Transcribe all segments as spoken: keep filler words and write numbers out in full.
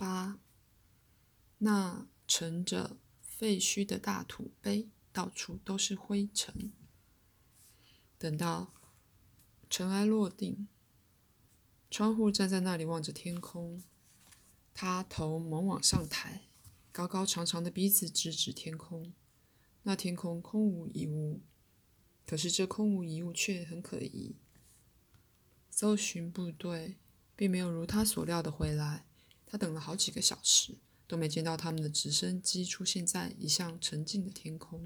八，那盛着废墟的大土杯到处都是灰尘。等到尘埃落定，窗户站在那里望着天空，他头猛往上抬，高高长长的鼻子直指天空。那天空空无一物，可是这空无一物却很可疑。搜寻部队并没有如他所料的回来，他等了好几个小时，都没见到他们的直升机出现在一向沉静的天空。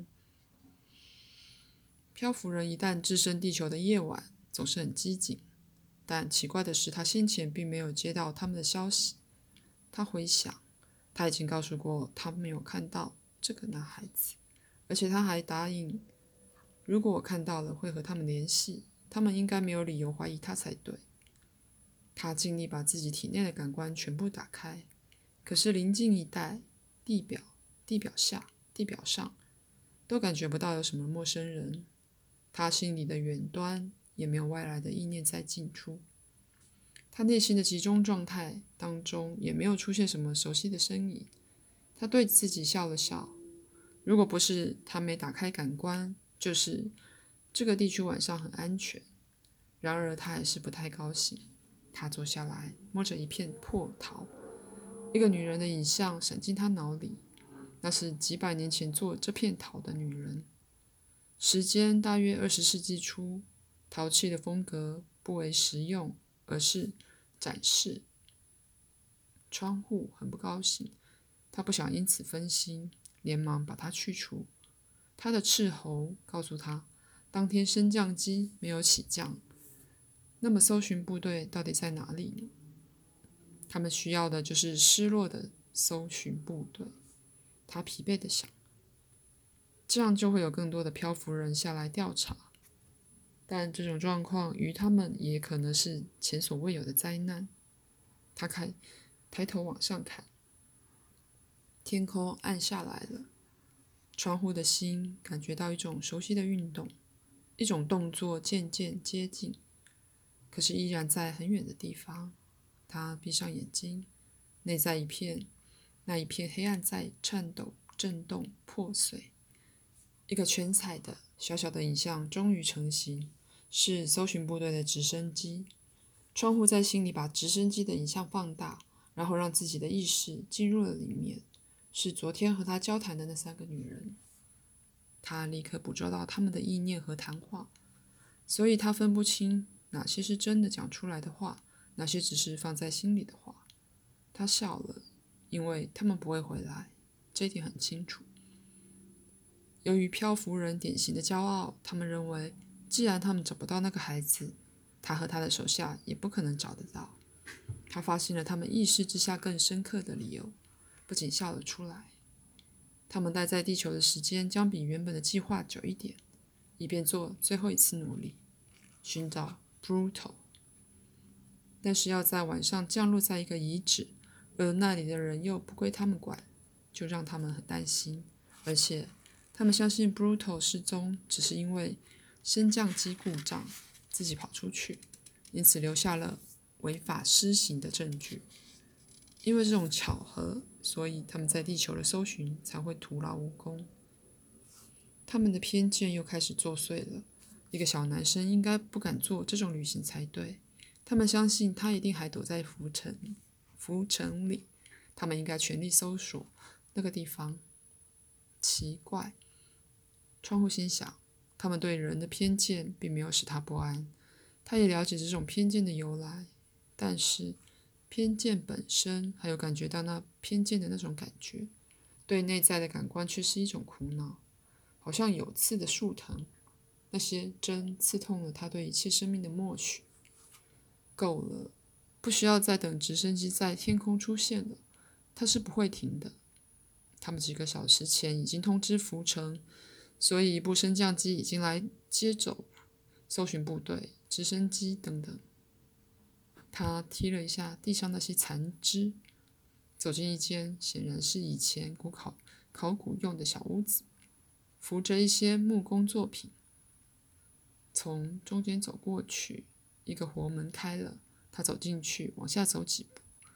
漂浮人一旦置身地球的夜晚，总是很机警，但奇怪的是，他先前并没有接到他们的消息。他回想，他已经告诉过他没有看到这个男孩子，而且他还答应，如果我看到了会和他们联系，他们应该没有理由怀疑他才对。他尽力把自己体内的感官全部打开，可是临近一带，地表、地表下、地表上，都感觉不到有什么陌生人。他心里的远端也没有外来的意念在进出，他内心的集中状态当中也没有出现什么熟悉的身影。他对自己笑了笑，如果不是他没打开感官，就是这个地区晚上很安全。然而他还是不太高兴。他坐下来，摸着一片破陶，一个女人的影像闪进他脑里，那是几百年前做这片陶的女人。时间大约二十世纪初，陶器的风格不为实用，而是展示。窗户很不高兴，他不想因此分心，连忙把它去除。他的斥候告诉他，当天升降机没有起降，那么搜寻部队到底在哪里呢？他们需要的就是失落的搜寻部队。他疲惫地想，这样就会有更多的漂浮人下来调查，但这种状况于他们也可能是前所未有的灾难。他开抬头往上看，天空暗下来了，窗户的心感觉到一种熟悉的运动，一种动作渐渐接近，可是依然在很远的地方。他闭上眼睛，内在一片，那一片黑暗在颤抖、震动、破碎。一个全彩的小小的影像终于成型，是搜寻部队的直升机。窗户在心里把直升机的影像放大，然后让自己的意识进入了里面，是昨天和他交谈的那三个女人。他立刻捕捉到他们的意念和谈话，所以他分不清哪些是真的讲出来的话，哪些只是放在心里的话。他笑了，因为他们不会回来，这一点很清楚。由于漂浮人典型的骄傲，他们认为既然他们找不到那个孩子，他和他的手下也不可能找得到。他发现了他们意识之下更深刻的理由，不仅笑了出来。他们待在地球的时间将比原本的计划久一点，以便做最后一次努力，寻找 Brutal。 但是要在晚上降落在一个遗址，而那里的人又不归他们管，就让他们很担心。而且他们相信 Brutal 失踪只是因为升降机故障自己跑出去，因此留下了违法施行的证据。因为这种巧合，所以他们在地球的搜寻才会徒劳无功。他们的偏见又开始作祟了。一个小男生应该不敢做这种旅行才对。他们相信他一定还躲在浮城浮城里，他们应该全力搜索那个地方。奇怪，窗户心想，他们对人的偏见并没有使他不安。他也了解这种偏见的由来，但是偏见本身还有感觉到那偏见的那种感觉，对内在的感官却是一种苦恼，好像有刺的树藤，那些针刺痛了他对一切生命的默许。够了，不需要再等直升机在天空出现了，它是不会停的。他们几个小时前已经通知浮城，所以一部升降机已经来接走搜寻部队、直升机等等。他踢了一下地上那些残肢，走进一间显然是以前古考考古用的小屋子，扶着一些木工作品，从中间走过去。一个活门开了，他走进去，往下走几步，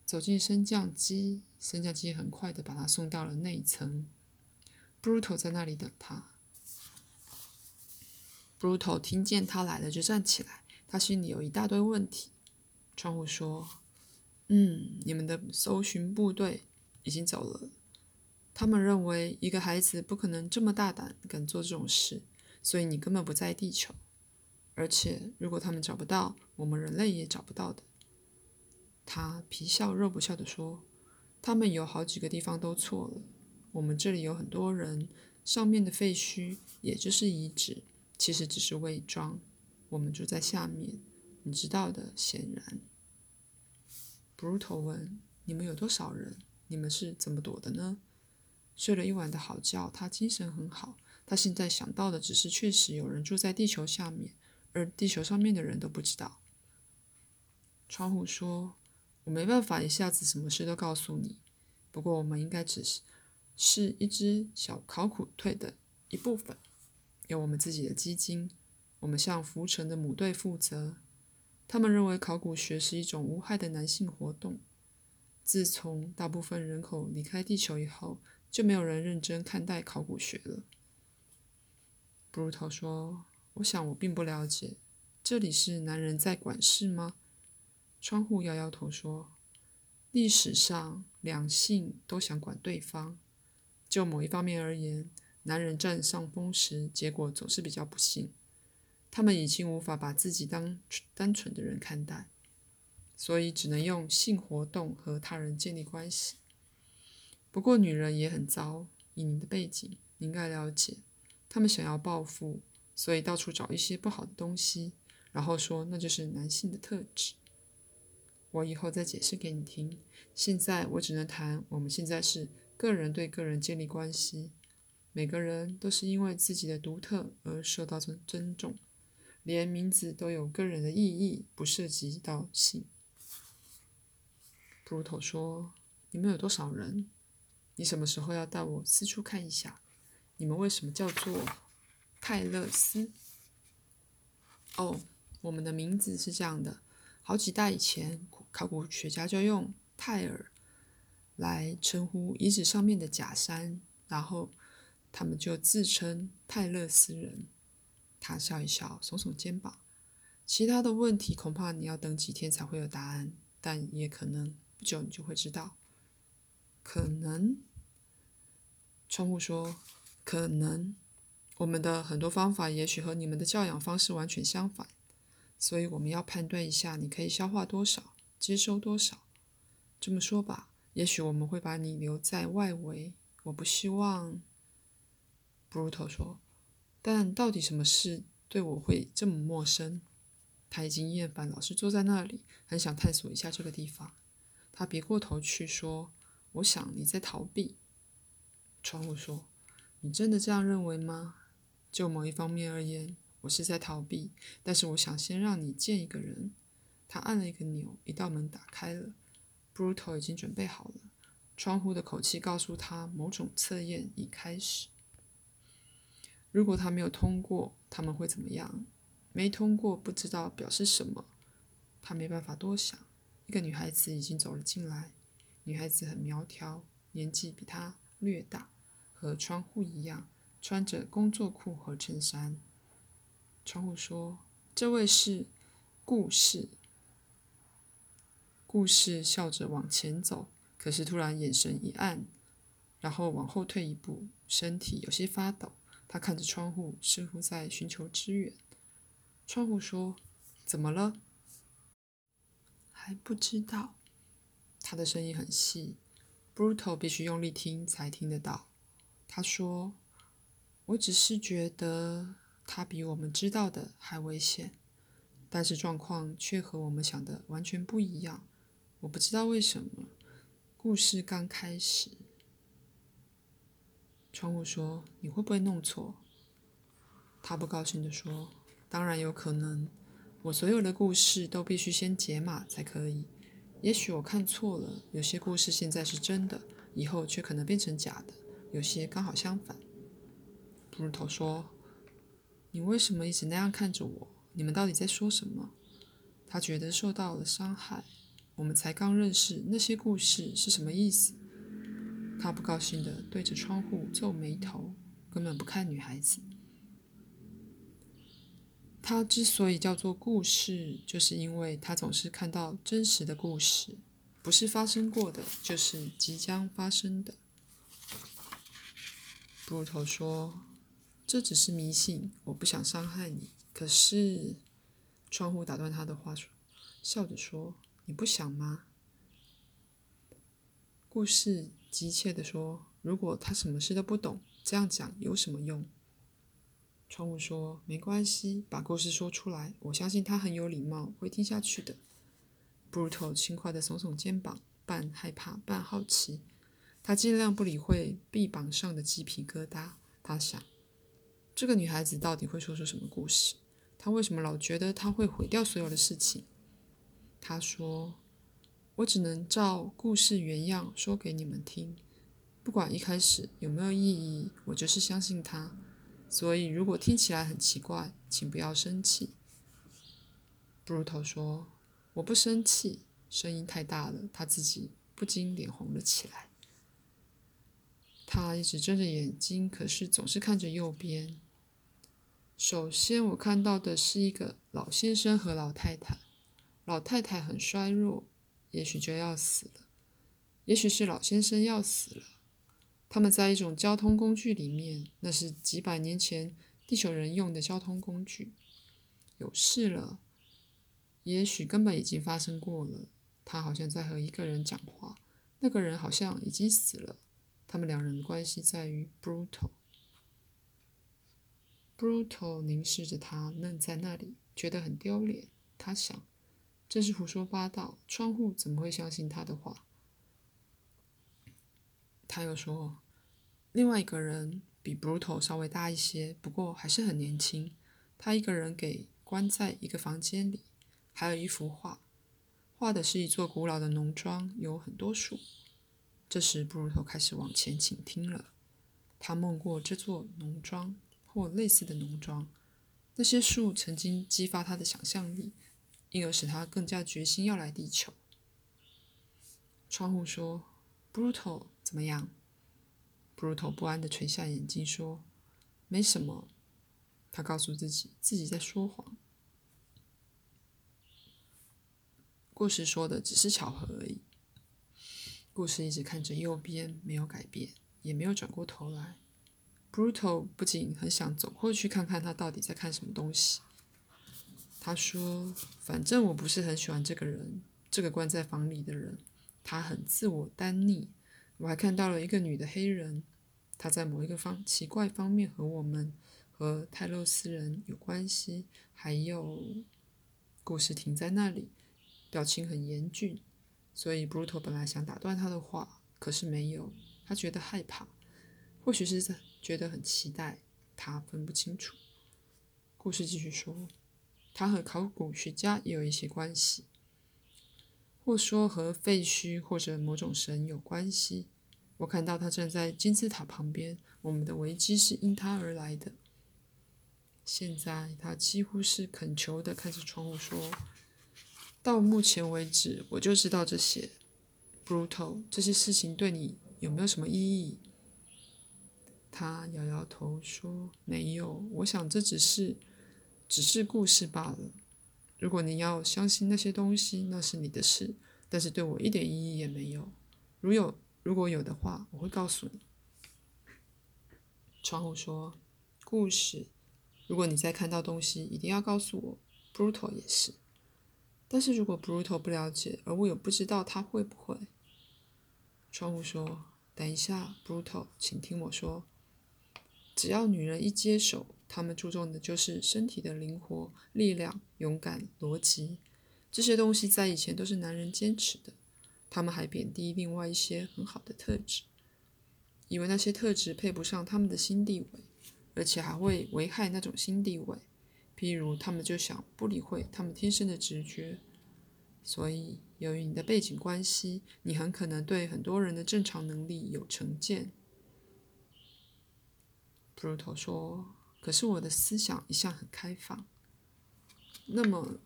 走进升降机，升降机很快地把他送到了内层。Bruto 在那里等他。Bruto 听见他来了就站起来，他心里有一大堆问题。窗户说：嗯，你们的搜寻部队已经走了。他们认为一个孩子不可能这么大胆敢做这种事，所以你根本不在地球。而且如果他们找不到，我们人类也找不到的。他皮笑肉不笑地说：他们有好几个地方都错了。我们这里有很多人，上面的废墟也就是遗址，其实只是伪装。我们住在下面，你知道的，显然。Bruto 问：你们有多少人？你们是怎么躲的呢？睡了一晚的好觉，他精神很好。他现在想到的只是确实有人住在地球下面，而地球上面的人都不知道。窗户说：我没办法一下子什么事都告诉你，不过我们应该只是是一支小考古队的一部分，有我们自己的基金，我们向浮沉的母队负责。他们认为考古学是一种无害的男性活动。自从大部分人口离开地球以后，就没有人认真看待考古学了。Bruto 说：我想我并不了解，这里是男人在管事吗？窗户摇摇头说：历史上两性都想管对方，就某一方面而言，男人占上风时，结果总是比较不幸。他们已经无法把自己当单纯的人看待，所以只能用性活动和他人建立关系。不过女人也很糟，以你的背景，你应该了解，他们想要报复，所以到处找一些不好的东西，然后说那就是男性的特质。我以后再解释给你听，现在我只能谈我们现在是个人对个人建立关系，每个人都是因为自己的独特而受到尊重，连名字都有个人的意义，不涉及到性。Bruto 说：你们有多少人？你什么时候要带我四处看一下？你们为什么叫做泰勒斯？哦，我们的名字是这样的，好几代以前，考古学家就用泰尔来称呼遗址上面的假山，然后他们就自称泰勒斯人。他笑一笑，耸耸肩膀。其他的问题恐怕你要等几天才会有答案，但也可能不久你就会知道。可能，窗户说，可能我们的很多方法也许和你们的教养方式完全相反，所以我们要判断一下你可以消化多少，接收多少。这么说吧，也许我们会把你留在外围，我不希望。Bruto 说，但到底什么事对我会这么陌生？他已经厌烦老是坐在那里，很想探索一下这个地方。他别过头去说，我想你在逃避。窗户说，你真的这样认为吗？就某一方面而言，我是在逃避，但是我想先让你见一个人。他按了一个钮，一道门打开了。Bruto 已经准备好了，窗户的口气告诉他某种测验已开始。如果他没有通过，他们会怎么样？没通过不知道表示什么。他没办法多想。一个女孩子已经走了进来，女孩子很苗条，年纪比他略大，和窗户一样，穿着工作裤和衬衫。窗户说，这位是故事。故事笑着往前走，可是突然眼神一暗，然后往后退一步，身体有些发抖。他看着窗户，似乎在寻求支援。窗户说，怎么了？还不知道。他的声音很细， Bruto 必须用力听才听得到。他说，我只是觉得他比我们知道的还危险，但是状况却和我们想的完全不一样。我不知道为什么。故事刚开始。窗户说，你会不会弄错？他不高兴地说，当然有可能，我所有的故事都必须先解码才可以。也许我看错了，有些故事现在是真的，以后却可能变成假的，有些刚好相反。布鲁头说，你为什么一直那样看着我？你们到底在说什么？他觉得受到了伤害。 我们才刚认识，那些故事是什么意思？”他不高兴地对着窗户皱眉头，根本不看女孩子。它之所以叫做故事，就是因为它总是看到真实的故事，不是发生过的，就是即将发生的。布鲁头说：“这只是迷信，我不想伤害你。可是……”窗户打断他的话，笑着说：“你不想吗？”故事急切地说：“如果他什么事都不懂，这样讲有什么用？”窗户说：“没关系，把故事说出来，我相信他很有礼貌，会听下去的。”布鲁头轻快地耸耸肩膀，半害怕半好奇。他尽量不理会臂膀上的鸡皮疙瘩。他想，这个女孩子到底会说出什么故事？她为什么老觉得她会毁掉所有的事情？她说：“我只能照故事原样说给你们听，不管一开始有没有意义，我就是相信她。所以如果听起来很奇怪，请不要生气。”布鲁头说：“我不生气。”声音太大了，他自己不禁脸红了起来。他一直睁着眼睛，可是总是看着右边。首先我看到的是一个老先生和老太太。老太太很衰弱，也许就要死了，也许是老先生要死了。他们在一种交通工具里面，那是几百年前地球人用的交通工具。有事了，也许根本已经发生过了。他好像在和一个人讲话，那个人好像已经死了。他们两人的关系在于 Brutal。Brutal 凝视着他，愣在那里，觉得很丢脸。他想，真是胡说八道，窗户怎么会相信他的话？他又说，另外一个人比 Brutal 稍微大一些，不过还是很年轻。他一个人给关在一个房间里，还有一幅画，画的是一座古老的农庄，有很多树。这时布鲁头开始往前倾听了。他梦过这座农庄或类似的农庄，那些树曾经激发他的想象力，因而使他更加决心要来地球。窗户说：“布鲁头怎么样？”布鲁头不安地垂下眼睛说：“没什么。”他告诉自己，自己在说谎。故事说的只是巧合而已。故事一直看着右边，没有改变，也没有转过头来。Brutal 不仅很想走过去看看他到底在看什么东西。他说：“反正我不是很喜欢这个人，这个关在房里的人，他很自我单溺。我还看到了一个女的黑人，她在某一个方奇怪方面和我们和泰勒斯人有关系。还有……”故事停在那里，表情很严峻。所以 Brutal 本来想打断他的话，可是没有。他觉得害怕，或许是觉得很期待，他分不清楚。故事继续说，他和考古学家也有一些关系，或说和废墟或者某种神有关系。我看到他站在金字塔旁边，我们的危机是因他而来的。现在他几乎是恳求地看着窗户说，到目前为止我就知道这些。Brutal， 这些事情对你有没有什么意义？他摇摇头说，没有，我想这只是只是故事罢了。如果你要相信那些东西，那是你的事，但是对我一点意义也没有。如有如果有的话，我会告诉你。窗户说，故事，如果你再看到东西，一定要告诉我。Brutal 也是。但是如果 Brutal 不了解，而我又不知道他会不会。窗户说，等一下 Brutal， 请听我说。只要女人一接手，她们注重的就是身体的灵活、力量、勇敢、逻辑。这些东西在以前都是男人坚持的。他们还贬低另外一些很好的特质，以为那些特质配不上他们的新地位，而且还会危害那种新地位。譬如他们就想不理会他们天生的直觉。所以由于你的背景关系，你很可能对很多人的正常能力有成见。Brutal 说，可是我的思想一向很开放。那么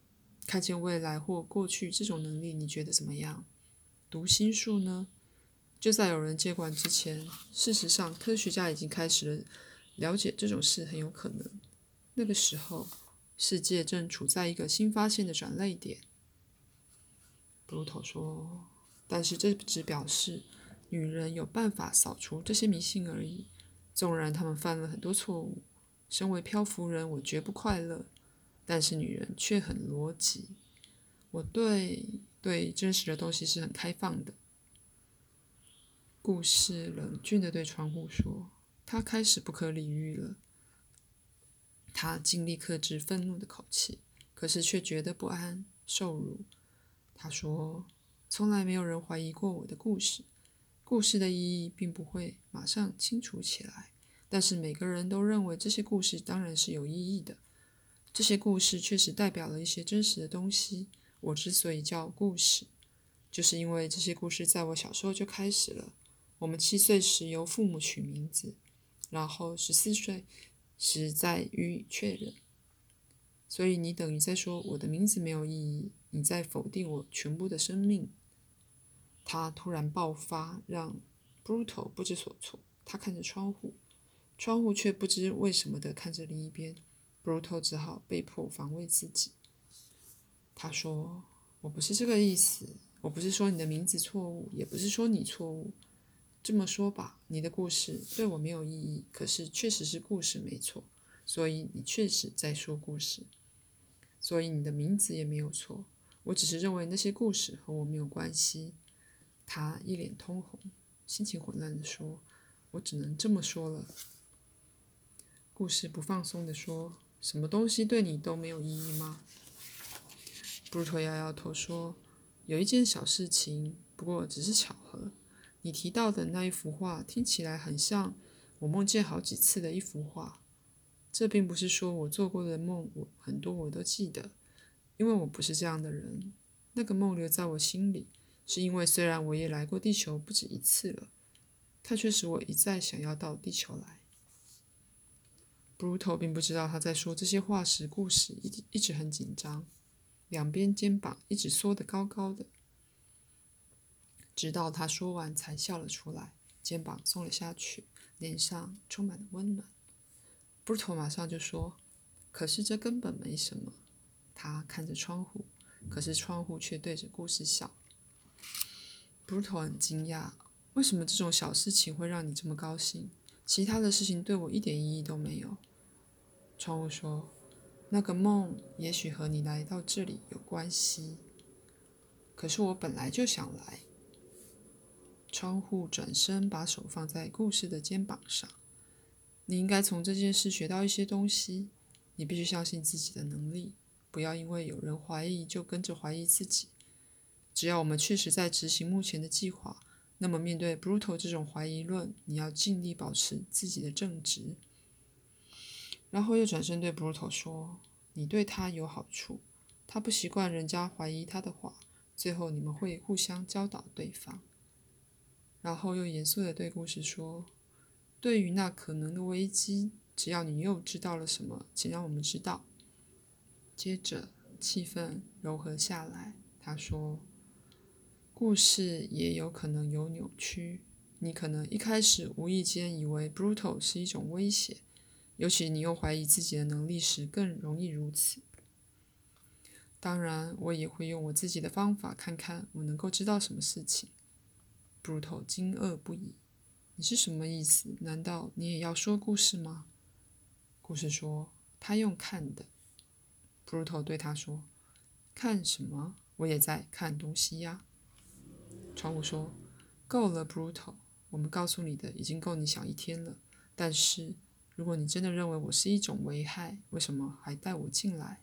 看见未来或过去这种能力，你觉得怎么样？读心术呢？就在有人接管之前，事实上科学家已经开始了了解这种事很有可能。那个时候，世界正处在一个新发现的转捩点。布鲁头说，但是这只表示女人有办法扫除这些迷信而已。纵然他们犯了很多错误，身为漂浮人，我绝不快乐，但是女人却很逻辑。我对对真实的东西是很开放的。故事冷峻地对窗户说，他开始不可理喻了。他尽力克制愤怒的口气，可是却觉得不安、受辱。他说，从来没有人怀疑过我的故事，故事的意义并不会马上清楚起来，但是每个人都认为这些故事当然是有意义的。这些故事确实代表了一些真实的东西。我之所以叫故事，就是因为这些故事在我小时候就开始了。我们七岁时由父母取名字，然后十四岁时再予以确认。所以你等于在说我的名字没有意义，你在否定我全部的生命。他突然爆发，让 Bruto 不知所措。他看着窗户，窗户却不知为什么的看着另一边。Bruto 只好被迫防卫自己。他说，我不是这个意思，我不是说你的名字错误，也不是说你错误。这么说吧，你的故事对我没有意义，可是确实是故事没错，所以你确实在说故事，所以你的名字也没有错。我只是认为那些故事和我没有关系。他一脸通红，心情混乱地说，我只能这么说了。故事不放松地说，什么东西对你都没有意义吗？布鲁托摇摇头说，有一件小事情，不过只是巧合。你提到的那一幅画听起来很像我梦见好几次的一幅画。这并不是说我做过的梦我很多我都记得，因为我不是这样的人。那个梦留在我心里，是因为虽然我也来过地球不止一次了，它却使我一再想要到地球来。布鲁托并不知道他在说这些话时故事一一直很紧张，两边肩膀一直缩得高高的，直到他说完才笑了出来，肩膀松了下去，脸上充满了温暖。布鲁托马上就说，可是这根本没什么。他看着窗户，可是窗户却对着故事笑。布鲁托很惊讶，为什么这种小事情会让你这么高兴？其他的事情对我一点意义都没有。窗户说，那个梦也许和你来到这里有关系，可是我本来就想来。窗户转身，把手放在故事的肩膀上。你应该从这件事学到一些东西。你必须相信自己的能力，不要因为有人怀疑就跟着怀疑自己。只要我们确实在执行目前的计划，那么面对 Brutal 这种怀疑论，你要尽力保持自己的正直。然后又转身对 Brutal 说，你对他有好处，他不习惯人家怀疑他的话，最后你们会互相教导对方。然后又严肃地对故事说，对于那可能的危机，只要你又知道了什么，请让我们知道。接着气氛柔和下来，他说，故事也有可能有扭曲，你可能一开始无意间以为 Brutal 是一种威胁，尤其你又怀疑自己的能力时更容易如此。当然，我也会用我自己的方法看看我能够知道什么事情。Brutal 惊愕不已，你是什么意思？难道你也要说故事吗？故事说，他用看的。Brutal 对他说，看什么？我也在看东西呀。窗户说，够了 Brutal， 我们告诉你的已经够你想一天了，但是如果你真的认为我是一种危害，为什么还带我进来？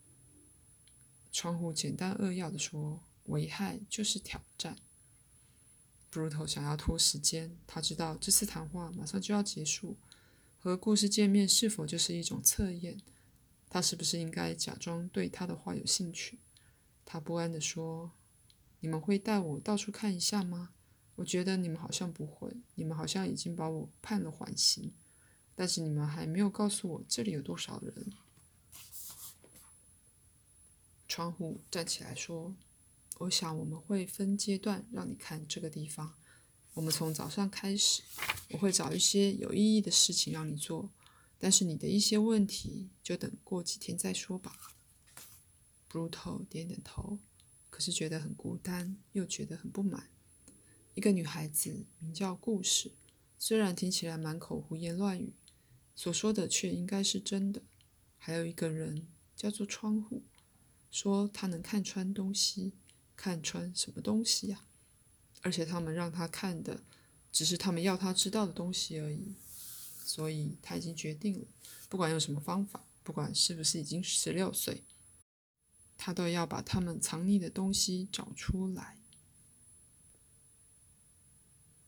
窗户简单扼要地说，危害就是挑战。Brutal 想要拖时间，他知道这次谈话马上就要结束，和故事见面是否就是一种测验？他是不是应该假装对他的话有兴趣？他不安地说，你们会带我到处看一下吗？我觉得你们好像不会，你们好像已经把我判了缓刑，但是你们还没有告诉我这里有多少人。 窗户站起来说：我想我们会分阶段让你看这个地方。我们从早上开始，我会找一些有意义的事情让你做，但是你的一些问题就等过几天再说吧。Bruto 点点头，可是觉得很孤单，又觉得很不满。一个女孩子名叫故事，虽然听起来满口胡言乱语，所说的却应该是真的。还有一个人叫做窗户，说他能看穿东西。看穿什么东西呀？而且他们让他看的只是他们要他知道的东西而已。所以他已经决定了，不管用什么方法，不管是不是已经十六岁，他都要把他们藏匿的东西找出来。